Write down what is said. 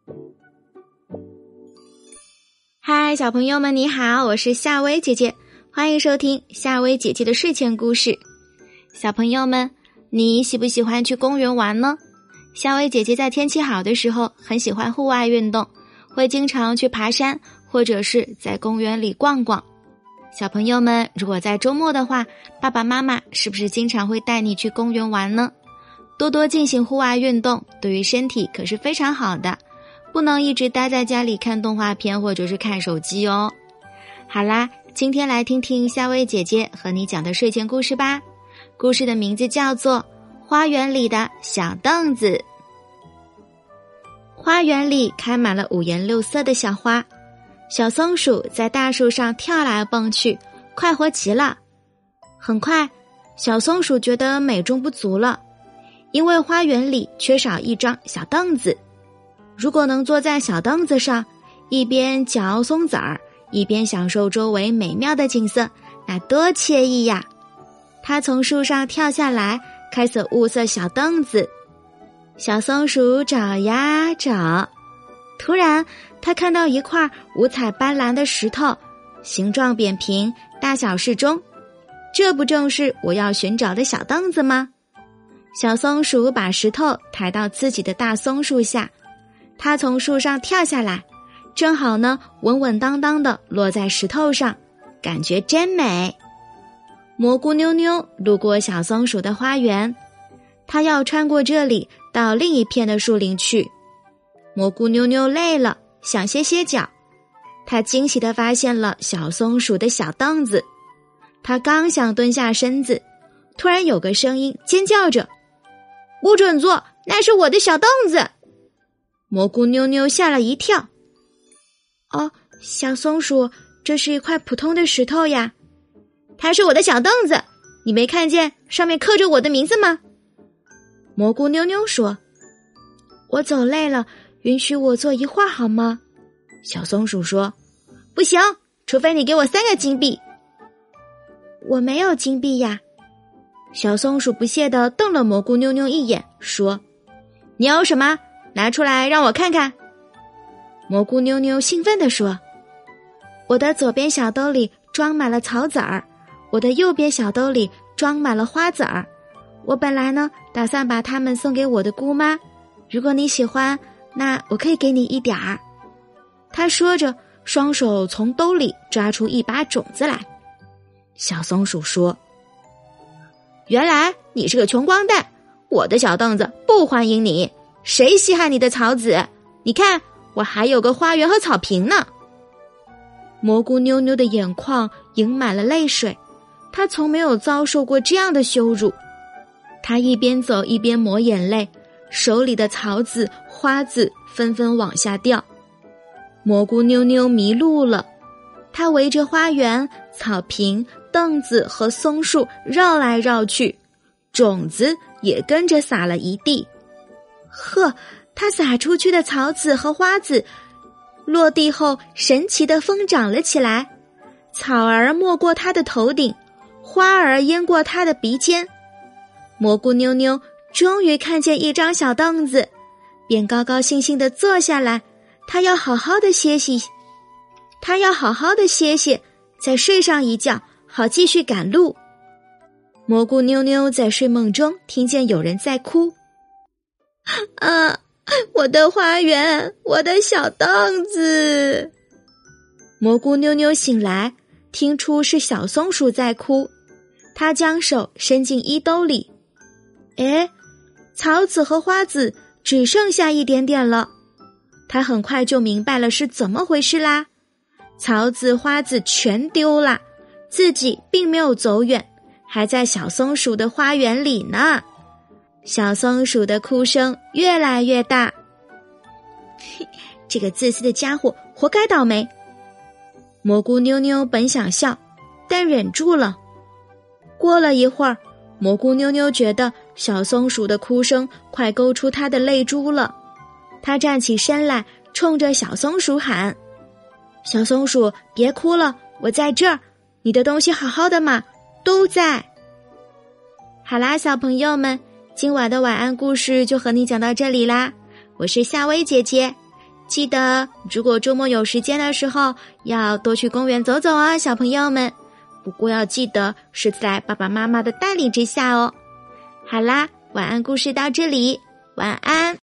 嗨，小朋友们你好，我是夏薇姐姐，欢迎收听夏薇姐姐的睡前故事。小朋友们，你喜不喜欢去公园玩呢？夏薇姐姐在天气好的时候很喜欢户外运动，会经常去爬山，或者是在公园里逛逛。小朋友们，如果在周末的话，爸爸妈妈是不是经常会带你去公园玩呢？多多进行户外运动，对于身体可是非常好的，不能一直待在家里看动画片或者是看手机哦。好啦，今天来听听夏薇姐姐和你讲的睡前故事吧。故事的名字叫做《花园里的小凳子》。花园里开满了五颜六色的小花，小松鼠在大树上跳来蹦去，快活极了。很快，小松鼠觉得美中不足了，因为花园里缺少一张小凳子。如果能坐在小凳子上，一边嚼松子儿，一边享受周围美妙的景色，那多惬意呀！它从树上跳下来，开始物色小凳子。小松鼠找呀找，突然它看到一块五彩斑斓的石头，形状扁平，大小适中。这不正是我要寻找的小凳子吗？小松鼠把石头抬到自己的大松树下，它从树上跳下来，正好呢稳稳当当地落在石头上，感觉真美。蘑菇妞妞路过小松鼠的花园，它要穿过这里到另一片的树林去。蘑菇妞妞累了，想歇歇脚，它惊喜地发现了小松鼠的小凳子。它刚想蹲下身子，突然有个声音尖叫着：不准坐，那是我的小凳子！蘑菇妞妞吓了一跳。哦，小松鼠，这是一块普通的石头呀。它是我的小凳子，你没看见上面刻着我的名字吗？蘑菇妞妞说。我走累了，允许我坐一会儿好吗？小松鼠说。不行，除非你给我3个金币。我没有金币呀。小松鼠不屑地瞪了蘑菇妞妞一眼，说：你有什么？拿出来让我看看。蘑菇妞妞兴奋地说：我的左边小兜里装满了草籽儿，我的右边小兜里装满了花籽儿。我本来呢打算把它们送给我的姑妈，如果你喜欢，那我可以给你一点儿。她说着，双手从兜里抓出一把种子来。小松鼠说：原来你是个穷光蛋，我的小凳子不欢迎你，谁稀罕你的草籽？你看，我还有个花园和草坪呢。蘑菇妞妞的眼眶盈满了泪水，她从没有遭受过这样的羞辱。她一边走一边抹眼泪，手里的草籽、花籽纷纷往下掉。蘑菇妞妞迷路了，她围着花园、草坪、凳子和松树绕来绕去，种子也跟着撒了一地。呵，它撒出去的草籽和花籽落地后，神奇的风长了起来，草儿没过它的头顶，花儿淹过它的鼻尖。蘑菇妞妞终于看见一张小凳子，便高高兴兴地坐下来。她要好好的歇息，再睡上一觉，好继续赶路。蘑菇妞妞在睡梦中听见有人在哭。啊，我的花园，我的小凳子！蘑菇妞妞醒来，听出是小松鼠在哭。她将手伸进衣兜里，草籽和花籽只剩下一点点了。她很快就明白了是怎么回事啦。草籽花籽全丢了，自己并没有走远，还在小松鼠的花园里呢。小松鼠的哭声越来越大。这个自私的家伙活该倒霉。蘑菇妞妞本想笑，但忍住了。过了一会儿，蘑菇妞妞觉得小松鼠的哭声快勾出她的泪珠了。她站起身来，冲着小松鼠喊：小松鼠，别哭了，我在这儿，你的东西好好的嘛，都在。好啦，小朋友们，今晚的晚安故事就和你讲到这里啦。我是夏薇姐姐， 记得如果周末有时间的时候，要多去公园走走啊，小朋友们。不过要记得是在爸爸妈妈的带领之下哦。好啦，晚安故事到这里，晚安。